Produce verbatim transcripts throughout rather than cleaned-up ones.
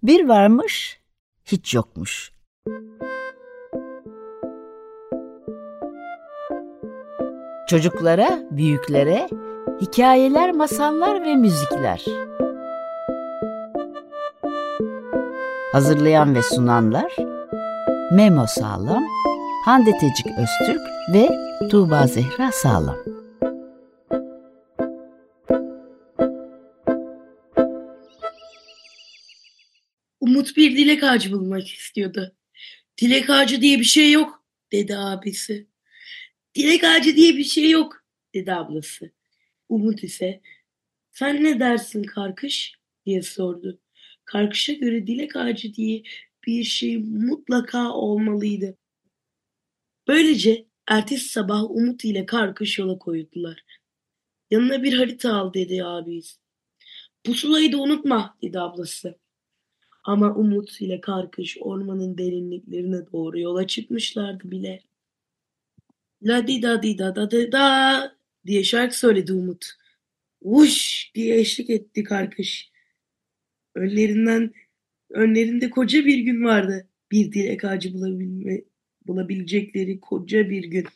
Bir varmış, hiç yokmuş. Çocuklara, büyüklere hikayeler, masallar ve müzikler. Hazırlayan ve sunanlar Memo Sağlam, Hande Tecik Öztürk ve Tuğba Zehra Sağlam. Umut bir dilek ağacı bulmak istiyordu. Dilek ağacı diye bir şey yok, dedi abisi. Dilek ağacı diye bir şey yok, dedi ablası. Umut ise, sen ne dersin Karkış, diye sordu. Karkış'a göre dilek ağacı diye bir şey mutlaka olmalıydı. Böylece ertesi sabah Umut ile Karkış yola koyuldular. Yanına bir harita al, dedi abisi. Pusulayı da unutma, dedi ablası. Ama Umut ile Karkış ormanın derinliklerine doğru yola çıkmışlardı bile. La di da di da da da da diye şarkı söyledi Umut. Vuş diye eşlik etti Karkış. Önlerinden, önlerinde koca bir gün vardı. Bir dilek ağacı bulabilme, bulabilecekleri koca bir gün.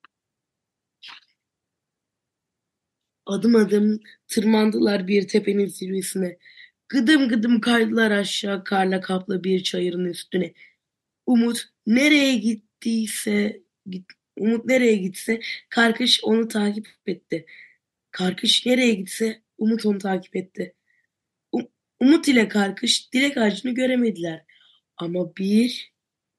Adım adım tırmandılar bir tepenin zirvesine. Gıdım gıdım kaydılar aşağı karla kaplı bir çayırın üstüne. Umut nereye gittiyse git, Umut nereye gitse Karkış onu takip etti. Karkış nereye gitse Umut onu takip etti. Um- Umut ile Karkış dilek ağacını göremediler. Ama bir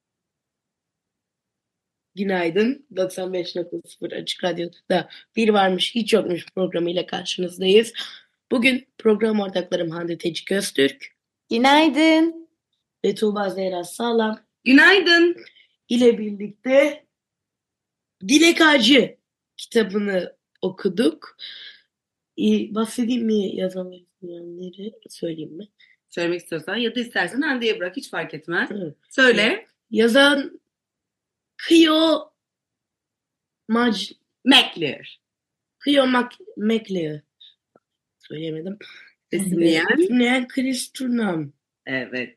günaydın doksan beş nokta sıfır Açık Radyo'da Bir Varmış Hiç Yokmuş programıyla karşınızdayız. Bugün program ortaklarım Hande Tecik Öztürk Günaydın. ve Tuğba Zehra Sağlam Günaydın. ile birlikte Dilek Ağacı kitabını okuduk. Ee, bahsedeyim mi yazan ve izleyenleri, söyleyeyim mi? Söylemek istiyorsan ya da istersen Hande'ye bırak, hiç fark etmez. Evet. Söyle. Yazan Cleo Mac McLear. Cleo Mac McLear. Söyleyemedim. Resimleyen. Resimleyen Chris Turnham. Evet.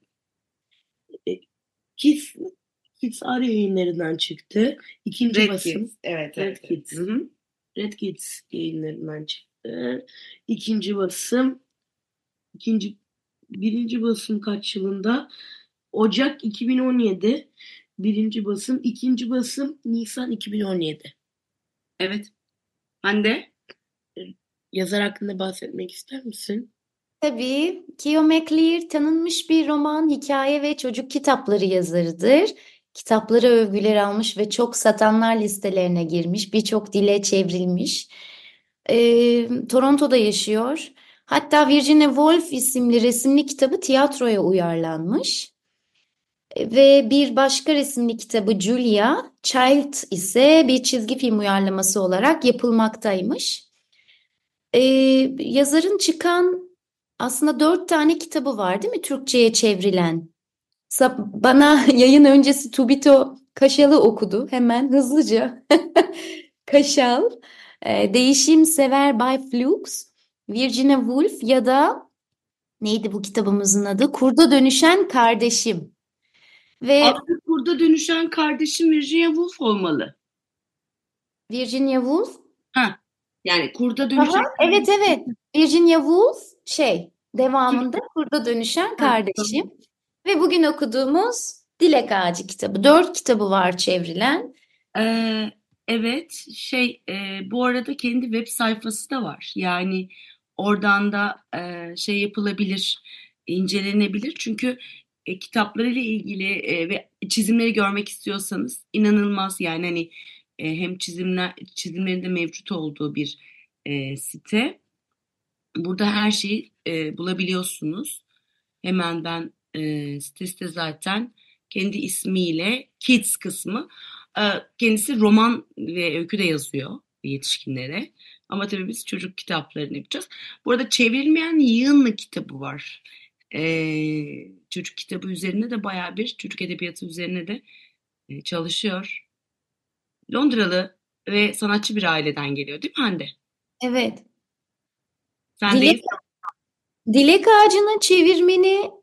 Kids, Kids Arya yayınlarından çıktı. İkinci Red basım. Kids. Evet. Red evet. Kids. Hı hı. Red Kids yayınlarından çıktı. İkinci basım. İkinci, birinci basım kaç yılında? Ocak iki bin on yedi. Birinci basım. İkinci basım Nisan iki bin on yedi. Evet. Hande? Yazar hakkında bahsetmek ister misin? Tabii, Keo McLear tanınmış bir roman, hikaye ve çocuk kitapları yazarıdır. Kitapları övgüler almış ve çok satanlar listelerine girmiş, birçok dile çevrilmiş. Ee, Toronto'da yaşıyor. Hatta Virginia Woolf isimli resimli kitabı tiyatroya uyarlanmış. Ve bir başka resimli kitabı Julia Child ise bir çizgi film uyarlaması olarak yapılmaktaymış. Ee, yazarın çıkan aslında dört tane kitabı var değil mi Türkçe'ye çevrilen? Sa- Bana yayın öncesi Tubito Kaşal'ı okudu hemen hızlıca. Kaşal, e, Değişim Sever Bay Flukes, Virginia Woolf ya da neydi bu kitabımızın adı? Kurda Dönüşen Kardeşim. Ve Aslında Kurda Dönüşen Kardeşim Virginia Woolf olmalı. Virginia Woolf. Ha. Yani Kurda Dönüşen. Aha, evet evet. Virginia Woolf şey devamında Kurda Dönüşen Kardeşim. Ve bugün okuduğumuz Dilek Ağacı kitabı. Dört kitabı var çevrilen. Ee, evet. Şey e, bu arada kendi web sayfası da var. Yani oradan da e, şey yapılabilir, incelenebilir. Çünkü e, kitaplarıyla ilgili e, ve çizimleri görmek istiyorsanız inanılmaz, yani hani e, hem çizimler çizimlerinde mevcut olduğu bir e, site. Burada her şeyi e, bulabiliyorsunuz. Hemen ben e, sitesinde zaten kendi ismiyle Kids kısmı. E, kendisi roman ve öykü de yazıyor yetişkinlere. Ama tabii biz çocuk kitaplarını yapacağız. Bu arada çevrilmeyen yığınla kitabı var. E, çocuk kitabı üzerine de bayağı bir çocuk edebiyatı üzerine de e, çalışıyor. Londralı ve sanatçı bir aileden geliyor değil mi Hande? Evet. Sen Dilek, de Dilek Ağacı'nın çevirmeni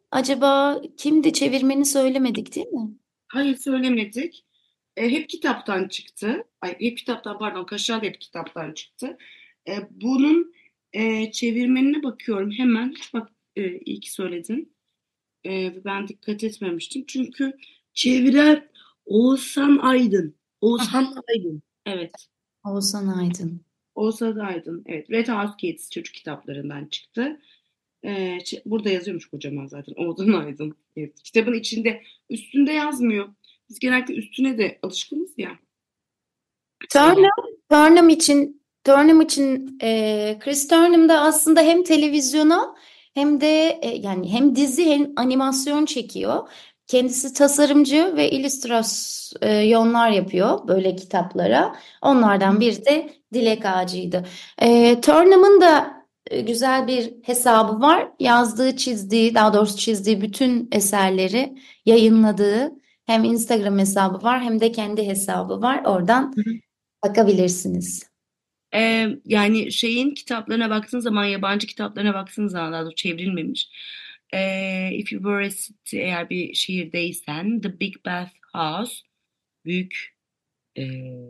Acaba kimdi, çevirmeni söylemedik değil mi? Hayır söylemedik. E, hep kitaptan çıktı. Ay, hep kitaptan pardon Kaşar da hep kitaptan çıktı. E, bunun e, çevirmenine bakıyorum hemen. Bak e, iyi ki söyledin. E, ben dikkat etmemiştim. Çünkü Çeviren Oğuzhan Aydın. ah, Oğuzhan Aydın. evet. Oğuzhan Aydın. Oğuzhan Aydın. Evet. Red House Kids çocuk kitaplarından çıktı. E, ç- burada yazıyormuş kocaman zaten. Oğuzhan Aydın. Evet. Kitabın içinde üstünde yazmıyor. Biz genellikle üstüne de alışkınız ya. Turnham, Turnham için Turnham için e, Chris Turnham da aslında hem televizyona hem de e, yani hem dizi hem animasyon çekiyor. Kendisi tasarımcı ve illüstrasyonlar yapıyor böyle kitaplara. Onlardan biri de Dilek Ağacı'ydı. E, Turnham'ın da e, güzel bir hesabı var. Yazdığı, çizdiği, daha doğrusu çizdiği bütün eserleri yayınladığı hem Instagram hesabı var hem de kendi hesabı var. Oradan bakabilirsiniz. Ee, yani şeyin kitaplarına baktığın zaman yabancı kitaplarına baktığın zaman daha doğrusu çevrilmemiş. Ee, If You Were a City eğer bir şehirdeysen The Big Bath House büyük e,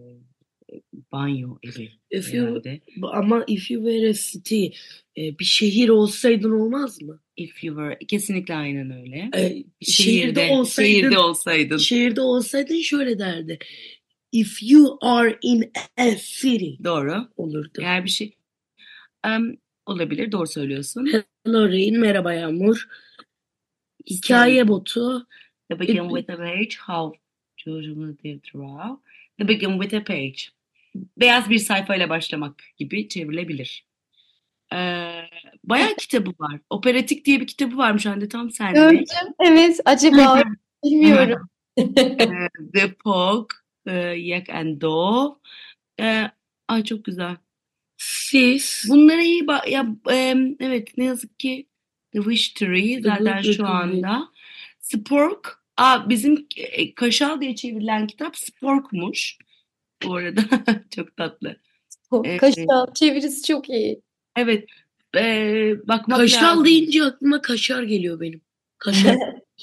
banyo evi If you, herhalde. ama if you were a city, e, bir şehir olsaydın olmaz mı? If You Were kesinlikle aynen öyle. E, Bir şehirde şehirde olsaydın, şehirde olsaydın. şehirde olsaydın şöyle derdi. If you are in a city Doğru. olurdu. Eğer bir şey Em, olabilir. Doğru söylüyorsun. Hello Rain, merhaba Yağmur. Hikaye Story. botu. The begin with a page. How children live throughout. The begin with a page. Beyaz bir sayfayla başlamak gibi çevrilebilir. Ee, bayağı kitabı var. Operatik diye bir kitabı varmış anne tam sende. Gördüm. Evet, acaba bilmiyorum. Ee, The Pog, e, Yak and Dove. Ee, ay çok güzel. Siz Bunlara iyi bak. Ya, em, evet ne yazık ki The Wish Tree zaten The şu Wish anda. Spork. Aa, bizim e, Kaşal diye çevrilen kitap Spork'muş. Bu arada çok tatlı. Ee, Kaşal çevirisi çok iyi. evet. e, bakmak Kaşal lazım. deyince aklıma kaşar geliyor benim. Kaşar.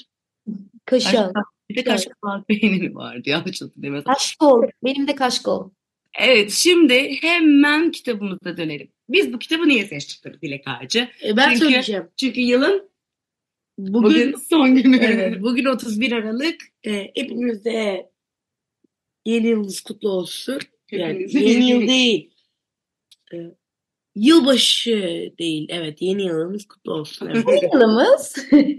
Kaşal. Bir de kaşkal peyniri vardı yanlış hatırlamıyorsam. Kaşkol. Benim de kaşkol. Evet şimdi hemen kitabımıza dönelim. Biz bu kitabı niye seçtik tabii Dilek Ağacı? E, ben Çünkü- söyleyeceğim. Çünkü yılın Bugün, bugün son günü. evet, bugün otuz bir Aralık. E, hepinize yeni yılınız kutlu olsun. Yani Hepinize yeni yıl yeni- değil. E, yılbaşı değil. Evet, yeni yılınız kutlu olsun. Evet. Yılımız.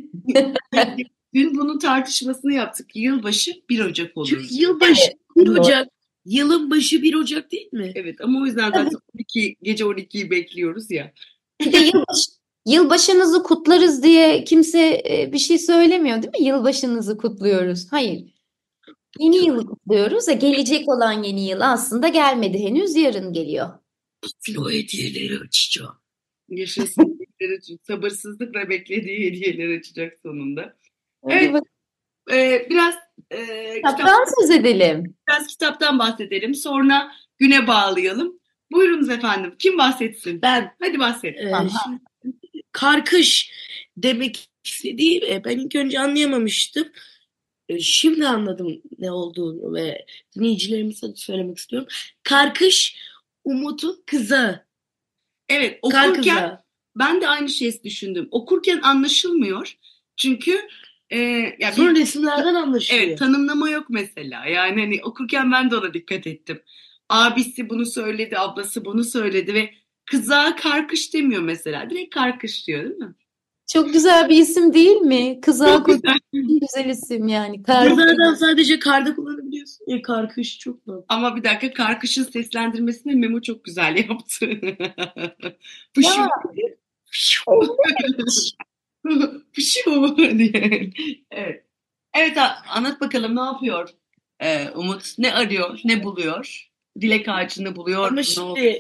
Dün bunun tartışmasını yaptık. Yılbaşı bir Ocak olur. Çünkü yılbaşı bir Ocak. Yılın başı bir Ocak değil mi? Evet ama o yüzden zaten on iki, gece on ikiyi bekliyoruz ya. Bir de yılbaşı, yılbaşınızı kutlarız diye kimse e, bir şey söylemiyor değil mi? Yılbaşınızı kutluyoruz. Hayır. Yeni yılı kutluyoruz. Ya gelecek olan yeni yıl aslında gelmedi henüz, yarın geliyor. O hediyeleri açacağım. Yaşasın. Sabırsızlıkla beklediği hediyeler açacak sonunda. Hadi Evet, bakalım. Ee, biraz e, kitap, Kitaptan söz edelim. biraz kitaptan bahsedelim. Sonra güne bağlayalım. Buyurunuz efendim. Kim bahsetsin? Ben Hadi bahset. e, Aha. şimdi karkış demek istediğim e, ben ilk önce anlayamamıştım. E, şimdi anladım ne olduğunu ve dinleyicilerimize de söylemek istiyorum. Karkış Umut'un kızı. Evet, Kar okurken kızı. ben de aynı şeyi düşündüm. Okurken anlaşılmıyor. Çünkü e, ya Sonra bir, resimlerden anlaşılıyor. evet tanımlama yok mesela. Yani hani okurken ben de ona dikkat ettim. Abisi bunu söyledi, ablası bunu söyledi ve kıza karkış demiyor mesela. Direkt karkış diyor değil mi? Çok güzel bir isim değil mi? Kızıl Çok güzel. güzel isim yani. Kar- Kızlardan sadece karda kullanabiliyorsun. Ya karkış çok mu? Ama bir dakika karkışın seslendirmesini Memo çok güzel yaptı. Fışu. Ya. Fışu diye. Evet. Evet a- anlat bakalım ne yapıyor Ee, Umut? Ne arıyor? Ne buluyor? Dilek ağacını buluyor. Ama ne şimdi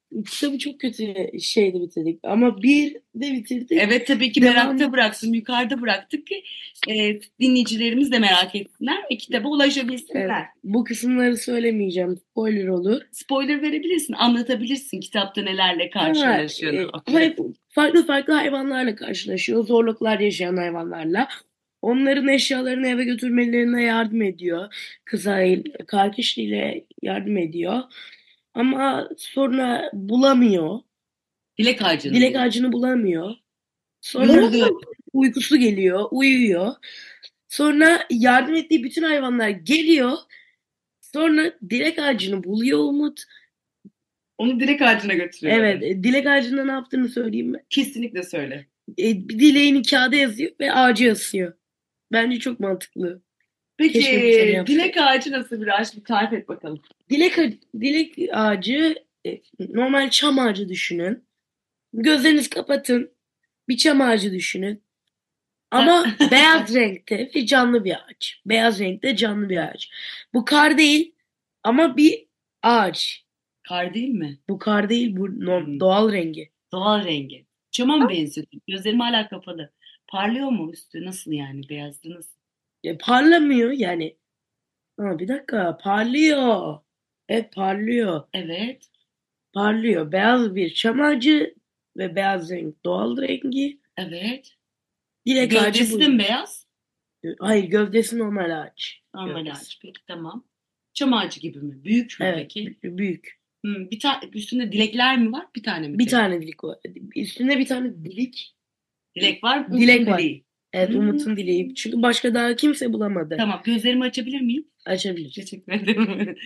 kitabı çok kötü şeyde bitirdik. Ama bir de bitirdik. Evet, tabii ki Devam- merakta bıraktım. Yukarıda bıraktık ki e, dinleyicilerimiz de merak etsinler ve kitaba ulaşabilsinler. Evet, bu kısımları söylemeyeceğim. Spoiler olur. Spoiler verebilirsin, anlatabilirsin kitapta nelerle karşılaşıyorsun. Ha, e, Okey. hay- farklı farklı hayvanlarla karşılaşıyor. Zorluklar yaşayan hayvanlarla. Onların eşyalarını eve götürmelerine yardım ediyor. Kızay Karkış ile yardım ediyor. Ama sonra bulamıyor. Dilek ağacını. Dilek ağacını bulamıyor. Sonra Yoruluyor. uykusu geliyor, uyuyor. Sonra yardım ettiği bütün hayvanlar geliyor. Sonra dilek ağacını buluyor Umut. Onu dilek ağacına götürüyor. Evet, e, dilek ağacında ne yaptığını söyleyeyim mi? Kesinlikle söyle. E, bir dileğini kağıda yazıyor ve ağaca asıyor. Bence çok mantıklı. Peki Keşke bir sene yapsaydım. dilek ağacı nasıl bir ağaç? Bir tarif et bakalım. Dilek, ağa- dilek ağacı e, normal çam ağacı düşünün. Gözlerinizi kapatın. Bir çam ağacı düşünün. Ama beyaz renkte ve canlı bir ağaç. Beyaz renkte canlı bir ağaç. Bu kar değil ama bir ağaç. Kar değil mi? Bu kar değil, bu norm- Hmm. doğal rengi. Doğal rengi. Çama mı benziyor? Gözlerim hala kapalı. Parlıyor mu üstü? Nasıl yani? Beyazlığı nasıl? E, parlamıyor yani. Ha, bir dakika, parlıyor. Evet, parlıyor. Evet. Parlıyor. Beyaz bir çam ağacı ve beyaz renk doğal rengi. Evet. Dilek ağacı Gövdesi bu. de mi beyaz? Hayır, gövdesi normal ağaç. Normal Gövdesi. ağaç. Peki tamam. Çam ağacı gibi mi? Büyük mü Evet, peki? b- büyük. Hmm, bir tane üstünde dilekler mi var? Bir tane mi? Bir tek? tane dilik var. Üstünde bir tane dilik. Dilek var. Dilek Umut'un var. dileği. Evet, Hmm. Umut'un dileği. Çünkü başka daha kimse bulamadı. Tamam. Gözlerimi açabilir miyim? Açabilir. Teşekkür ederim.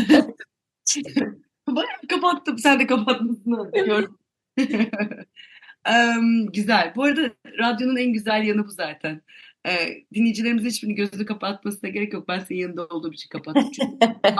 Bayağı kapattım. Sen de kapatmışsın. Gördüm. Em, güzel. Bu arada radyonun en güzel yanı bu zaten. Ee, dinleyicilerimizin hiçbirinin gözünü kapatmasına gerek yok. Ben senin yanında olduğum için kapattım. Çünkü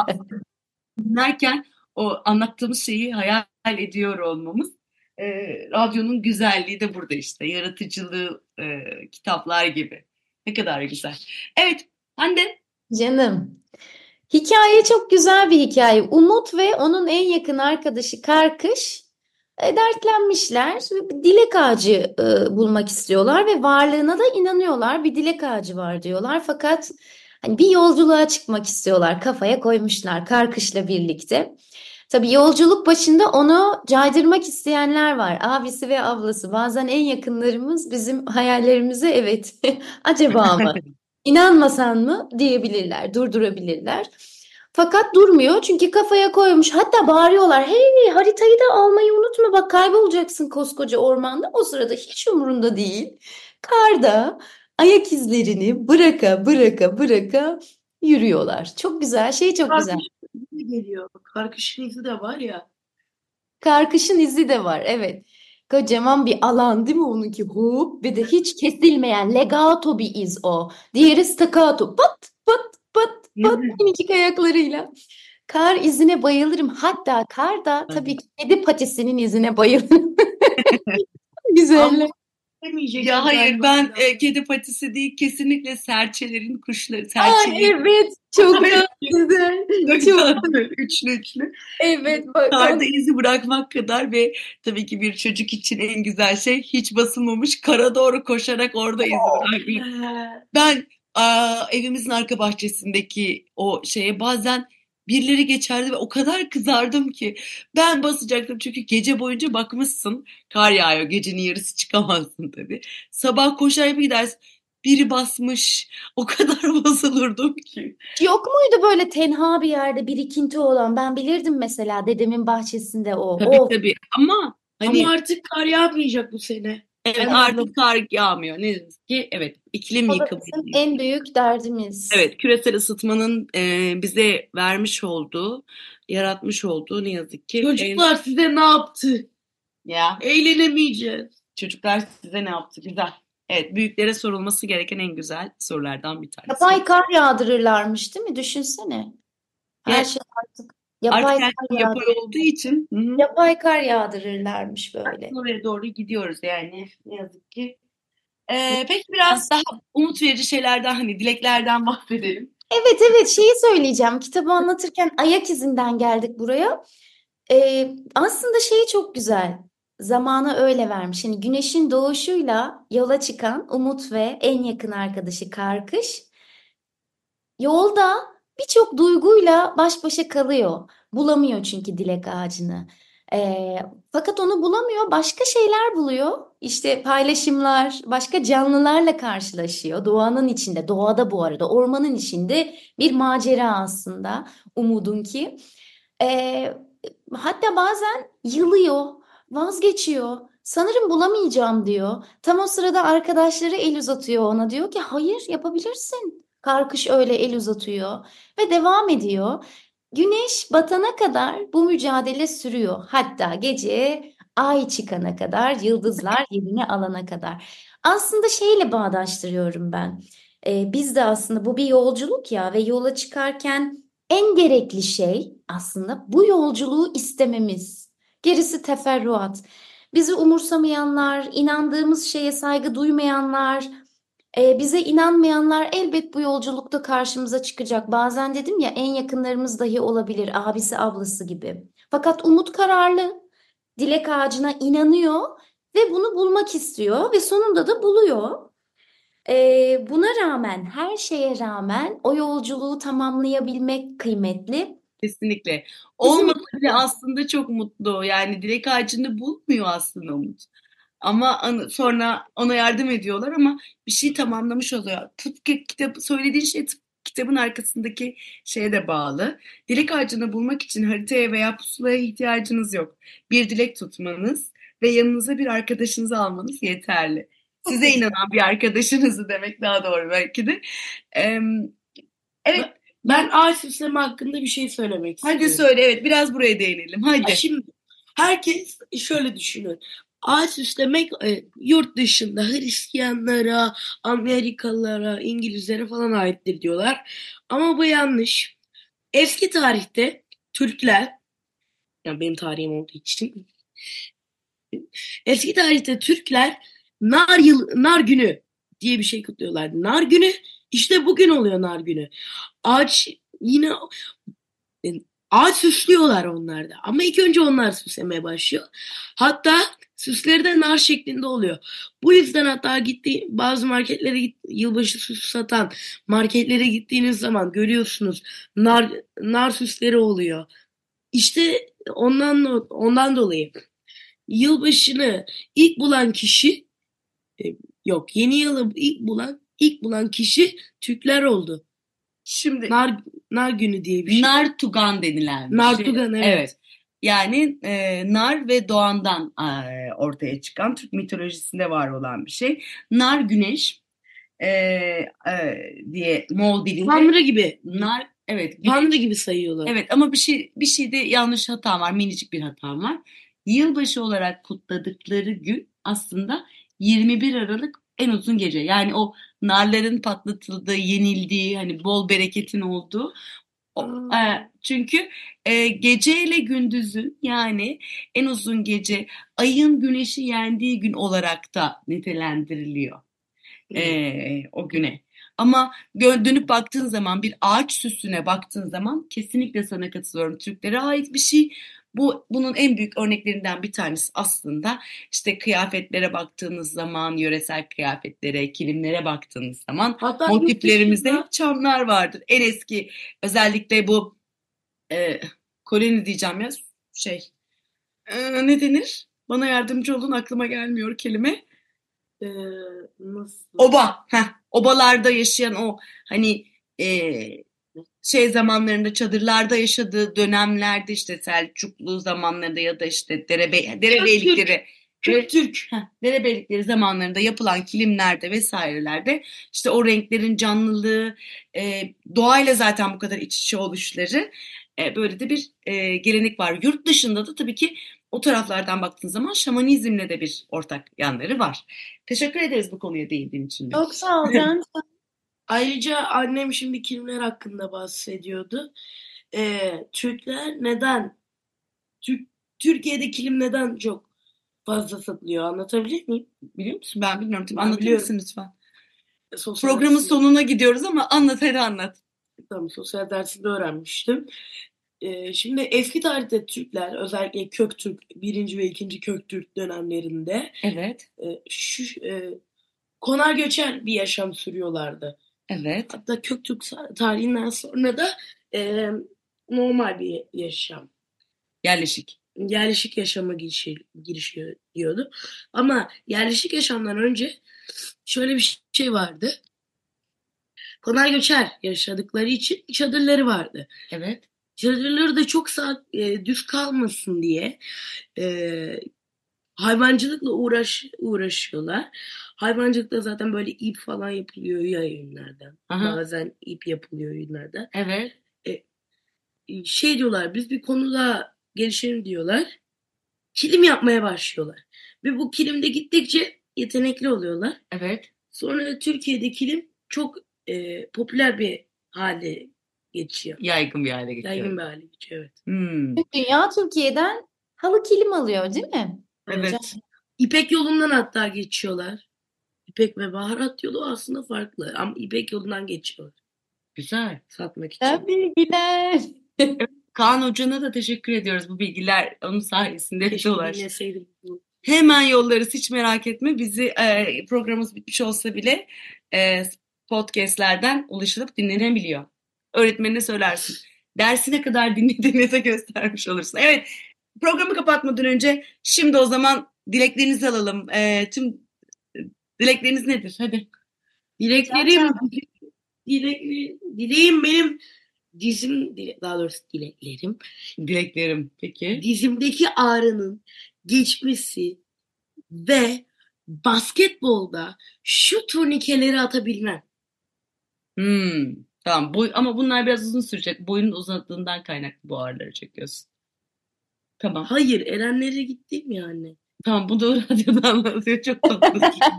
dinlerken o anlattığımız şeyi hayal ediyor olmamız. e, radyonun güzelliği de burada işte. Yaratıcılığı e, kitaplar gibi. Ne kadar güzel. Evet. Hande. Canım. Hikaye çok güzel bir hikaye. Umut ve onun en yakın arkadaşı Karkış e, dertlenmişler. Ve bir dilek ağacı e, bulmak istiyorlar ve varlığına da inanıyorlar. Bir dilek ağacı var diyorlar. Fakat hani bir yolculuğa çıkmak istiyorlar. Kafaya koymuşlar Karkış'la birlikte. Tabii yolculuk başında onu caydırmak isteyenler var. Abisi ve ablası. Bazen en yakınlarımız bizim hayallerimize evet acaba mı? İnanmasan mı diyebilirler, durdurabilirler. Fakat durmuyor çünkü kafaya koymuş. Hatta bağırıyorlar. Hey, haritayı da almayı unutma. Bak kaybolacaksın koskoca ormanda. O sırada hiç umurunda değil. Karda ayak izlerini bıraka bıraka bıraka yürüyorlar. Çok güzel, şey çok güzel. Karkışın izi geliyor. Karkışın izi de var ya. Karkışın izi de var, evet. Kocaman bir alan değil mi onunki? Hop, ve de hiç kesilmeyen legato bir iz o. Diğeri staccato. Pat pat pat pat minicik ayaklarıyla. Kar izine bayılırım. Hatta kar da tabii ki kedi patisinin izine bayılırım. Güzeller. Demeyeceksin Ya hayır galiba. ben e, kedi patisi değil kesinlikle serçelerin kuşları. Aa, Serçelerin evet, çok Evet. güzel. Çok Çok, tatlı, üçlü üçlü. evet bak. Karda izi bırakmak kadar ve tabii ki bir çocuk için en güzel şey hiç basılmamış kara doğru koşarak orada izi bırakmak. Ee, Ben aa, evimizin arka bahçesindeki o şeye bazen birileri geçerdi ve o kadar kızardım ki ben basacaktım çünkü gece boyunca bakmışsın kar yağıyor gecenin yarısı çıkamazsın tabii. Sabah koşar bir gidersin biri basmış o kadar basılırdım ki. Yok muydu böyle tenha bir yerde birikinti olan? Ben bilirdim mesela dedemin bahçesinde o. Tabii Of. tabii ama hani Ama artık kar yağmayacak bu sene. evet Ben artık anladım. kar yağmıyor ne yazık ki evet iklim O da yıkımı. bizim en büyük derdimiz. Evet, küresel ısıtmanın e, bize vermiş olduğu, yaratmış olduğu ne yazık ki. Çocuklar size ne yaptı? Ya Eğlenemeyeceğiz. çocuklar size ne yaptı? Güzel. Evet, büyüklere sorulması gereken en güzel sorulardan bir tanesi. Yapay kar yağdırırlarmış değil mi? Düşünsene. Her Evet. şey artık yapay Artık kar her şey yapay yağdır- olduğu için hı hı, yapay kar yağdırırlarmış böyle. oraya doğru gidiyoruz yani ne yazık ki. Ee, peki biraz daha umut verici şeylerden hani dileklerden bahsedelim. Evet evet şeyi söyleyeceğim. Kitabı anlatırken ayak izinden geldik buraya. Ee, aslında şeyi çok güzel. Zamanı öyle vermiş. Hani güneşin doğuşuyla yola çıkan Umut ve en yakın arkadaşı Karkış yolda birçok duyguyla baş başa kalıyor. Bulamıyor çünkü dilek ağacını. Ee, fakat onu bulamıyor, başka şeyler buluyor. İşte paylaşımlar, başka canlılarla karşılaşıyor. Doğanın içinde, doğada bu arada, ormanın içinde bir macera aslında Umud'unki. Ee, hatta bazen yılıyor, vazgeçiyor. Sanırım bulamayacağım diyor. Tam o sırada arkadaşları el uzatıyor ona. Diyor ki hayır yapabilirsin. Karkış öyle el uzatıyor ve devam ediyor. Güneş batana kadar bu mücadele sürüyor. Hatta gece ay çıkana kadar, yıldızlar yerini alana kadar. Aslında şeyle bağdaştırıyorum ben. Ee, biz de aslında bu bir yolculuk ya ve yola çıkarken en gerekli şey aslında bu yolculuğu istememiz. Gerisi teferruat. Bizi umursamayanlar, inandığımız şeye saygı duymayanlar, e, bize inanmayanlar elbet bu yolculukta karşımıza çıkacak. Bazen dedim ya en yakınlarımız dahi olabilir, abisi ablası gibi. Fakat Umut kararlı, dilek ağacına inanıyor ve bunu bulmak istiyor ve sonunda da buluyor. E, buna rağmen, her şeye rağmen o yolculuğu tamamlayabilmek kıymetli. Kesinlikle. Bizim Olmasa bile aslında çok mutlu. Yani dilek ağacını bulmuyor aslında Umut. Ama an- sonra ona yardım ediyorlar ama bir şey tamamlamış oluyor. Tıpkı kitap söylediğin şey tıpkı kitabın arkasındaki şeye de bağlı. Dilek ağacını bulmak için haritaya veya pusulaya ihtiyacınız yok. Bir dilek tutmanız ve yanınıza bir arkadaşınızı almanız yeterli. Size inanan bir arkadaşınızı demek daha doğru belki de. Em, evet, Ben ağaç süsleme hakkında bir şey söylemek hadi istiyorum. söyle, evet, biraz buraya değinelim. Ya Hadi. şimdi herkes şöyle düşünür. Ağaç süslemek e, yurt dışında Hristiyanlara, Amerikalılara, İngilizlere falan aittir diyorlar. Ama bu yanlış. Eski tarihte Türkler, yani benim tarihim olduğu için, eski tarihte Türkler nar yıl, nar günü diye bir şey kutluyorlar. Nar günü işte bugün oluyor nar günü. Ağaç yine ağaç süslüyorlar onlar da. Ama ilk önce onlar süslemeye başlıyor. Hatta süsleri de nar şeklinde oluyor. Bu yüzden hatta gitti bazı marketlere git, yılbaşı süsü satan marketlere gittiğiniz zaman görüyorsunuz nar nar süsleri oluyor. İşte ondan ondan dolayı yılbaşını ilk bulan kişi e, yok yeni yılı ilk bulan ilk bulan kişi Türkler oldu. Şimdi Nar nar günü diye bir şey. Nartugan denilen bir şey. Nartugan, evet. Evet. Yani e, nar ve doğandan e, ortaya çıkan Türk mitolojisinde var olan bir şey. Nar güneş e, e, diye Moğol dilinde. Tanrı gibi. Nar, evet. güneş- Tanrı gibi sayıyorlar. Evet, ama bir şey bir şeyde yanlış hata var, minicik bir hata var. Yılbaşı olarak kutladıkları gün aslında yirmi bir Aralık en uzun gece. Yani o narların patlatıldığı, yenildiği, hani bol bereketin olduğu. O, Aa. e, çünkü e, geceyle gündüzün, yani en uzun gece ayın güneşi yendiği gün olarak da nitelendiriliyor e, o güne. Ama gö- dönüp baktığın zaman, bir ağaç süsüne baktığın zaman kesinlikle sana katılıyorum. Türklere ait bir şey. Bu bunun en büyük örneklerinden bir tanesi aslında işte kıyafetlere baktığınız zaman, yöresel kıyafetlere, kilimlere baktığınız zaman Hatta motiflerimizde yurt dışında- hep çamlar vardır. En eski özellikle bu e, koloni diyeceğim ya, şey e, ne denir? Bana yardımcı olun, aklıma gelmiyor kelime. Ee, nasıl? Oba, heh, obalarda yaşayan o hani e, şey zamanlarında çadırlarda yaşadığı dönemlerde, işte Selçuklu zamanlarında ya da işte derebe, derebeylikleri Türk Türk. heh, derebeylikleri zamanlarında yapılan kilimlerde vesairelerde işte o renklerin canlılığı, e, doğayla zaten bu kadar iç içe oluşları, e, böyle de bir e, gelenek var. Yurt dışında da tabii ki o taraflardan baktığın zaman şamanizmle de bir ortak yanları var. Teşekkür ederiz bu konuya değindiğin için. Çok sağ ol Can. Ayrıca annem şimdi kilimler hakkında bahsediyordu. Ee, Türkler neden Türk, Türkiye'de kilim neden çok fazla satılıyor? Anlatabilir miyim? Biliyor musun? Ben bilmiyorum. Tabii Ben anlatır biliyorum. mısın lütfen? Sosyal Programın dersinde- sonuna gidiyoruz ama anlat, hadi anlat. Tamam, sosyal dersinde öğrenmiştim. e, şimdi eski tarihte Türkler, özellikle Köktürk, birinci ve ikinci Köktürk dönemlerinde Evet. e, şu e, konar göçer bir yaşam sürüyorlardı. Evet. Hatta Köktürk tarihinden sonra da e, normal bir yaşam, Yerleşik. yerleşik yaşama girişi, girişiyor diyordu. Ama yerleşik yaşamdan önce şöyle bir şey vardı. Konar göçer yaşadıkları için çadırları vardı. Evet. Çadırları da çok sağ, e, düz kalmasın diye e, hayvancılıkla uğraş uğraşıyorlar. Hayvancılıkta zaten böyle ip falan yapılıyor ya yünlerden. Aha. Bazen ip yapılıyor yünlerden. Evet. E, şey diyorlar, biz bir konuda gelişelim diyorlar. Kilim yapmaya başlıyorlar. Ve bu kilimde gittikçe yetenekli oluyorlar. Evet. Sonra Türkiye'de kilim çok e, popüler bir hale geçiyor. Yaygın bir hale getiriyor. Yaygın bir hale geçiyor, evet. Hmm. Tüm dünya Türkiye'den halı kilim alıyor değil mi? Evet. İpek yolundan hatta geçiyorlar. İpek ve baharat yolu aslında farklı ama İpek yolundan geçiyorlar Güzel. satmak için. Güzel bilgiler. Kaan Hoca'na da teşekkür ediyoruz. Bu bilgiler onun sayesinde bize Keşke ulaştı. dinleseydim bu. Hemen yollarız, hiç merak etme. Bizi e, programımız bitmiş olsa bile e, podcastlerden ulaşılıp dinlenebiliyor. Öğretmenine söylersin. Dersine kadar dinlediğini de göstermiş olursun. Evet, programı kapatmadan önce şimdi o zaman dileklerinizi alalım. E, tüm dilekleriniz nedir? Hadi. Dileklerim, dilek, dileğim benim dizim, daha doğrusu dileklerim, Dileklerim peki. dizimdeki ağrının geçmesi ve basketbolda şu turnikeleri atabilmem. Hmm, tamam. Boy, ama bunlar biraz uzun sürecek. Boyunun uzadığından kaynaklı bu ağrıları çekiyorsun. Tamam. Hayır, Erenlere gittim yani. Tamam, bu da radyoda anlatıyor. Çok tatlı.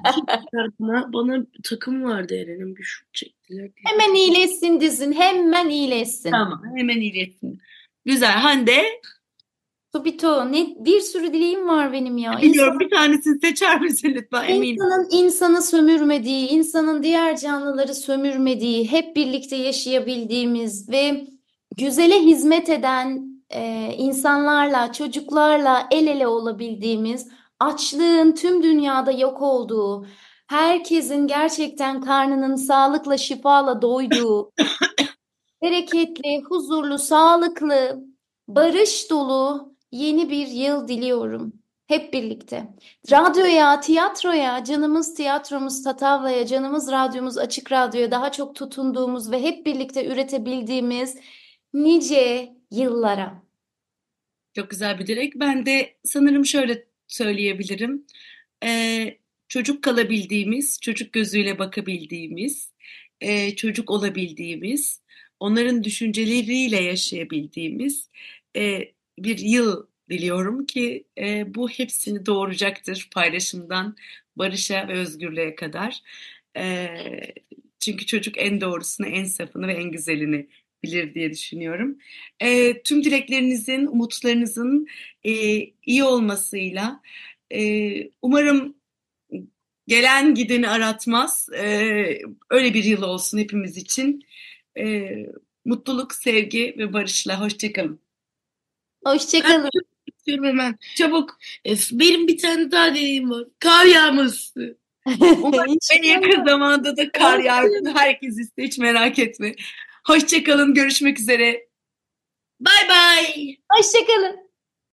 bana, bana takım vardı Eren'in, bir şut çektiler. Hemen iyileşsin dizin. Hemen iyileşsin. Tamam, hemen iyileşsin. Güzel. Hande, Subito ne bir sürü dileğim var benim ya. biliyorum, bir tanesini seçer misin lütfen? Eminim. İnsanın insanı sömürmediği, insanın diğer canlıları sömürmediği, hep birlikte yaşayabildiğimiz ve güzele hizmet eden e, insanlarla, çocuklarla el ele olabildiğimiz, açlığın tüm dünyada yok olduğu, herkesin gerçekten karnının sağlıkla, şifayla doyduğu, bereketli, huzurlu, sağlıklı, barış dolu yeni bir yıl diliyorum. Hep birlikte. Radyoya, tiyatroya, canımız tiyatromuz Tatavla'ya, canımız radyomuz Açık Radyo'ya daha çok tutunduğumuz ve hep birlikte üretebildiğimiz nice yıllara. Çok güzel bir dilek. Ben de sanırım şöyle söyleyebilirim. Ee, çocuk kalabildiğimiz, çocuk gözüyle bakabildiğimiz, e, çocuk olabildiğimiz, onların düşünceleriyle yaşayabildiğimiz e, bir yıl diliyorum ki e, bu hepsini doğuracaktır, paylaşımdan barışa ve özgürlüğe kadar. E, çünkü çocuk en doğrusunu, en safını ve en güzelini bilir diye düşünüyorum. E, tüm dileklerinizin, umutlarınızın e, iyi olmasıyla e, umarım gelen gideni aratmaz. E, öyle bir yıl olsun hepimiz için. E, mutluluk, sevgi ve barışla. Hoşçakalın. Hoşçakalın. İstiyorum hemen. Çabuk. E, Benim bir tane daha dileğim var. Kar yağması. Umarım en yakın zamanda da kar yağar. Herkes iste, hiç merak etme. Hoşçakalın. Görüşmek üzere. Bye bye. Hoşçakalın.